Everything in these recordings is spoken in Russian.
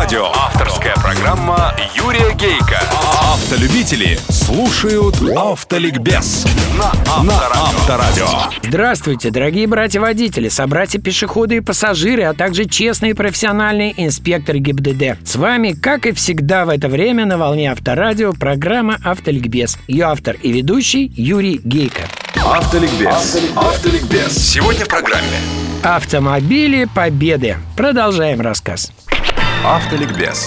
Авторадио. Авторская программа Юрия Гейка. Автолюбители слушают Автоликбез на Авторадио. Здравствуйте, дорогие братья-водители, собратья-пешеходы и пассажиры, а также честные профессиональные инспекторы ГИБДД. С вами, как и всегда в это время, на волне Авторадио программа Автоликбез. Ее автор и ведущий Юрий Гейка. Автоликбез. Сегодня в программе Автомобили Победы. Продолжаем рассказ. Автоликбез.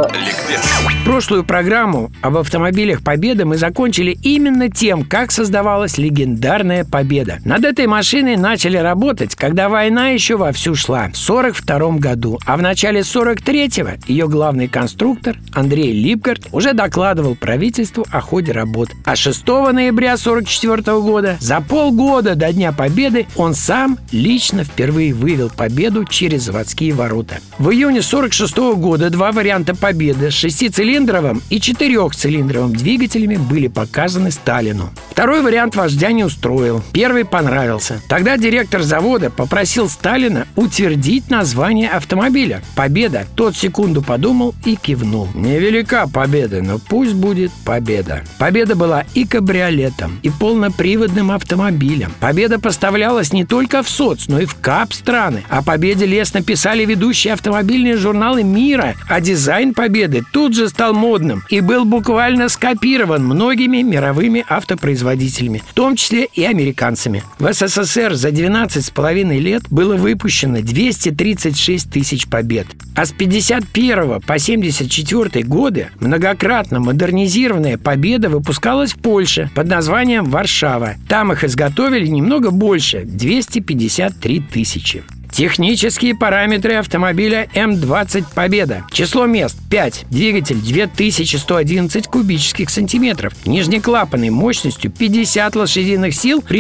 Прошлую программу об автомобилях Победы мы закончили именно тем, как создавалась легендарная Победа. Над этой машиной начали работать, когда война еще вовсю шла, в 1942 году. А в начале 1943-го ее главный конструктор Андрей Липгард уже докладывал правительству о ходе работ. А 6 ноября 1944 года, за полгода до Дня Победы, он сам лично впервые вывел Победу через заводские ворота. В июне 1946 года два варианта Победы с 6-цилиндровым и 4-цилиндровым двигателями были показаны Сталину. Второй вариант вождя не устроил, первый понравился. Тогда директор завода попросил Сталина утвердить название автомобиля «Победа». Тот секунду подумал и кивнул. Невелика Победа, но пусть будет Победа. Победа была и кабриолетом, и полноприводным автомобилем. Победа поставлялась не только в СОЦ, но и в КАП-страны. О Победе лестно писали ведущие автомобильные журналы мира, а дизайн Победы тут же стал модным и был буквально скопирован многими мировыми автопроизводителями, в том числе и американцами. В СССР за 12,5 лет было выпущено 236 тысяч Побед. А с 51 по 74 годы многократно модернизированная Победа выпускалась в Польше под названием «Варшава». Там их изготовили немного больше – 253 тысячи. Технические параметры автомобиля М-20 Победа. Число мест 5. Двигатель 2111 кубических сантиметров. Нижнеклапанный мощностью 50 лошадиных сил при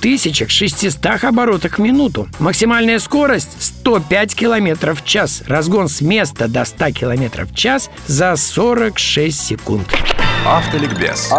3600 оборотах в минуту. Максимальная скорость 105 км в час. Разгон с места до 100 км в час за 46 секунд. Автоликбез.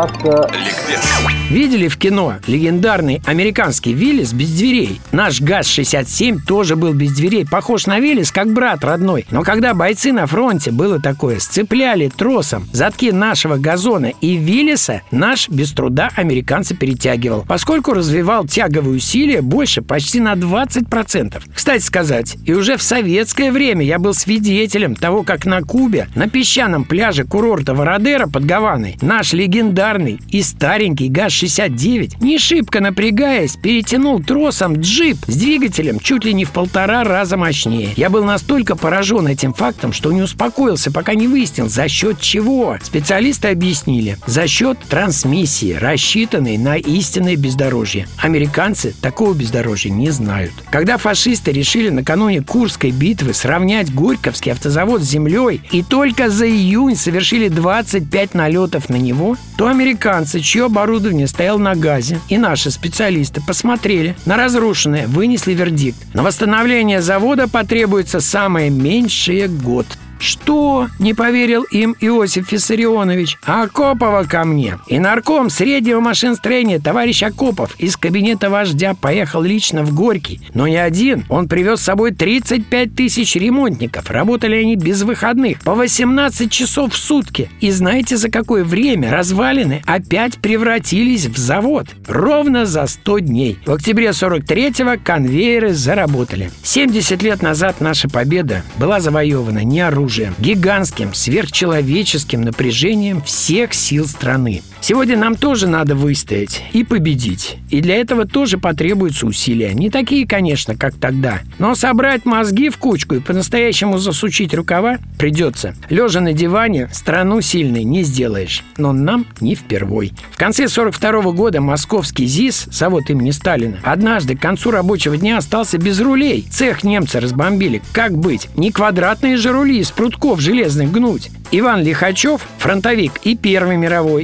Видели в кино легендарный американский Виллис без дверей? Наш ГАЗ-67 тоже был без дверей, похож на Виллис, как брат родной. Но когда бойцы на фронте, было такое, сцепляли тросом задки нашего газона и Виллиса, наш без труда американца перетягивал, поскольку развивал тяговые усилия больше почти на 20%. Кстати сказать, и уже в советское время я был свидетелем того, как на Кубе, на песчаном пляже курорта Вородеро под Гаваной, наш легендарный и старенький ГАЗ-69, не шибко напрягаясь, перетянул тросом джип с двигателем чуть ли не в 1,5 раза мощнее. Я был настолько поражен этим фактом, что не успокоился, пока не выяснил, за счет чего. Специалисты объяснили: за счет трансмиссии, рассчитанной на истинное бездорожье. Американцы такого бездорожья не знают. Когда фашисты решили накануне Курской битвы сравнять Горьковский автозавод с землей и только за июнь совершили 25 налетов на него, то американцы, чье оборудование стояло на ГАЗе, и наши специалисты посмотрели на разрушенное, вынесли вердикт: на восстановление завода потребуется самое меньшее год. Что? Не поверил им Иосиф Виссарионович. Акопова ко мне. И нарком среднего машиностроения товарищ Акопов из кабинета вождя поехал лично в Горький. Но не один. Он привез с собой 35 тысяч ремонтников. Работали они без выходных, по 18 часов в сутки. И знаете, за какое время развалины опять превратились в завод? Ровно за 100 дней. В октябре 43-го конвейеры заработали. 70 лет назад наша Победа была завоевана не оружием, гигантским, сверхчеловеческим напряжением всех сил страны. Сегодня нам тоже надо выстоять и победить. И для этого тоже потребуются усилия. Не такие, конечно, как тогда. Но собрать мозги в кучку и по-настоящему засучить рукава придется. Лежа на диване страну сильной не сделаешь. Но нам не впервой. В конце 1942 года московский ЗИС, завод имени Сталина, однажды к концу рабочего дня остался без рулей. Цех немцы разбомбили. Как быть? Не квадратные же рули из прутков железных гнуть. Иван Лихачев, фронтовик и Первой мировой, и гражданской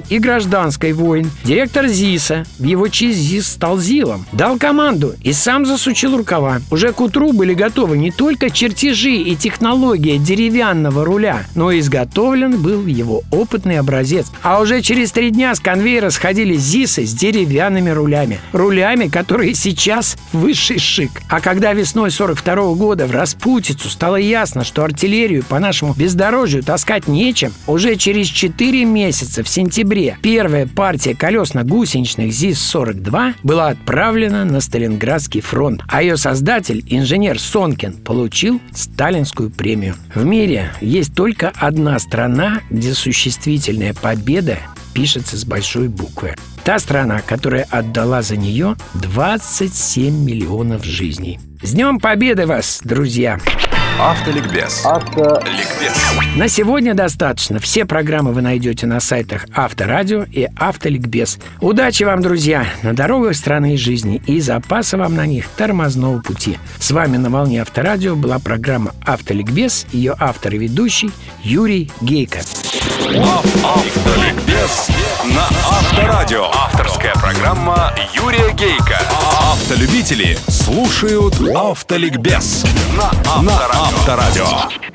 гражданской войн, директор ЗИСа, в его честь ЗИС стал ЗИЛом, дал команду и сам засучил рукава. Уже к утру были готовы не только чертежи и технология деревянного руля, но и изготовлен был его опытный образец. А уже через 3 дня с конвейера сходили ЗИСы с деревянными рулями. Рулями, которые сейчас высший шик. А когда весной 42 года в распутицу стало ясно, что артиллерию по нашему бездорожью таскать нечем, уже через 4 месяца в сентябре первая партия колесно-гусеничных ЗИС-42 была отправлена на Сталинградский фронт, а ее создатель, инженер Сонкин, получил сталинскую премию. В мире есть только одна страна, где существительное «победа» пишется с большой буквы. Та страна, которая отдала за нее 27 миллионов жизней. С Днем Победы вас, друзья! Автоликбез. На сегодня достаточно. Все программы вы найдете на сайтах Авторадио и Автоликбез. Удачи вам, друзья, на дорогах страны и жизни и запаса вам на них тормозного пути. С вами на волне Авторадио была программа Автоликбез, ее автор и ведущий Юрий Гейко. Автоликбез на Авторадио. Авторская программа Юрия Гейко. Автолюбители слушают Автоликбез на Авторадио.